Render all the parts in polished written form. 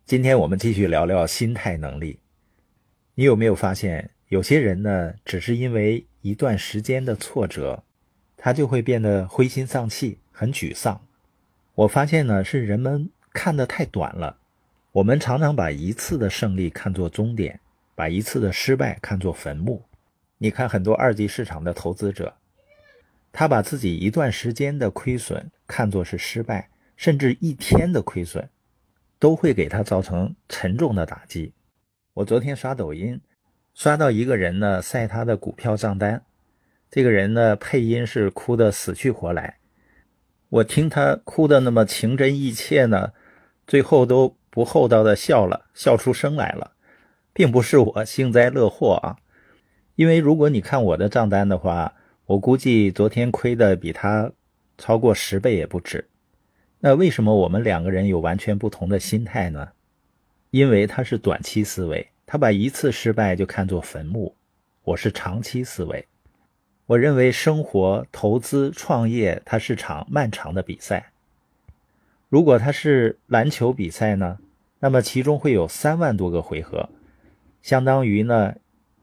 今天我们继续聊聊心态能力。你有没有发现，有些人呢，只是因为一段时间的挫折，他就会变得灰心丧气，很沮丧。我发现呢，是人们看得太短了。我们常常把一次的胜利看作终点，把一次的失败看作坟墓。你看很多二级市场的投资者，他把自己一段时间的亏损看作是失败，甚至一天的亏损都会给他造成沉重的打击。我昨天刷抖音，刷到一个人呢晒他的股票账单，这个人呢配音是哭得死去活来。我听他哭得那么情真意切呢，最后都不厚道的笑了，笑出声来了，并不是我幸灾乐祸啊。因为如果你看我的账单的话，我估计昨天亏的比他超过10倍也不止。那为什么我们两个人有完全不同的心态呢？因为他是短期思维，他把一次失败就看作坟墓，我是长期思维。我认为生活、投资、创业，它是场漫长的比赛。如果它是篮球比赛呢，那么其中会有3万多个回合，相当于呢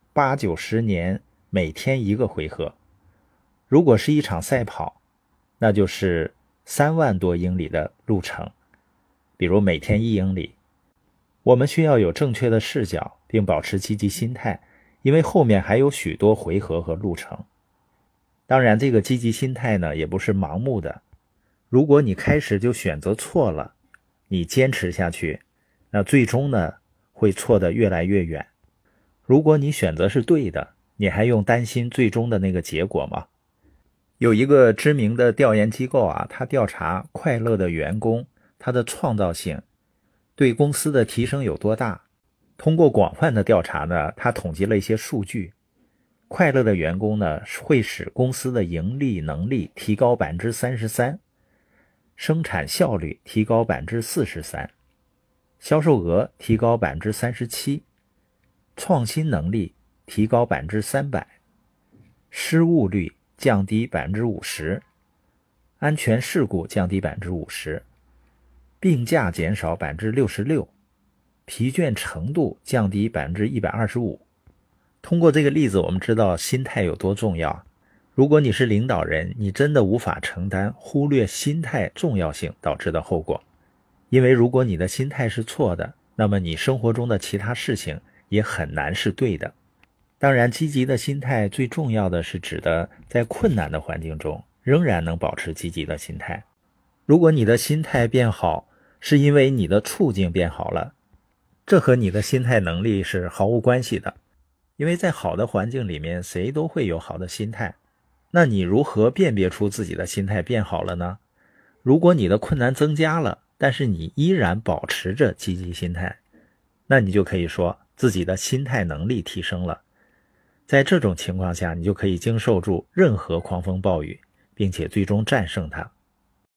8-9-10年每天1个回合。如果是一场赛跑，那就是3万多英里的路程，比如每天1英里。我们需要有正确的视角，并保持积极心态，因为后面还有许多回合和路程。当然，这个积极心态呢，也不是盲目的。如果你开始就选择错了，你坚持下去，那最终呢，会错得越来越远。如果你选择是对的，你还用担心最终的那个结果吗？有一个知名的调研机构啊，他调查快乐的员工，他的创造性对公司的提升有多大。通过广泛的调查呢，他统计了一些数据。快乐的员工呢，会使公司的盈利能力提高 33%， 生产效率提高 43%， 销售额提高 37%， 创新能力提高 300%， 失误率降低 50%， 安全事故降低 50%， 病假减少 66%， 疲倦程度降低 125%。 通过这个例子，我们知道心态有多重要。如果你是领导人，你真的无法承担忽略心态重要性导致的后果。因为如果你的心态是错的，那么你生活中的其他事情也很难是对的。当然，积极的心态最重要的是指的在困难的环境中仍然能保持积极的心态。如果你的心态变好，是因为你的处境变好了，这和你的心态能力是毫无关系的。因为在好的环境里面，谁都会有好的心态。那你如何辨别出自己的心态变好了呢？如果你的困难增加了，但是你依然保持着积极心态，那你就可以说自己的心态能力提升了。在这种情况下，你就可以经受住任何狂风暴雨，并且最终战胜它。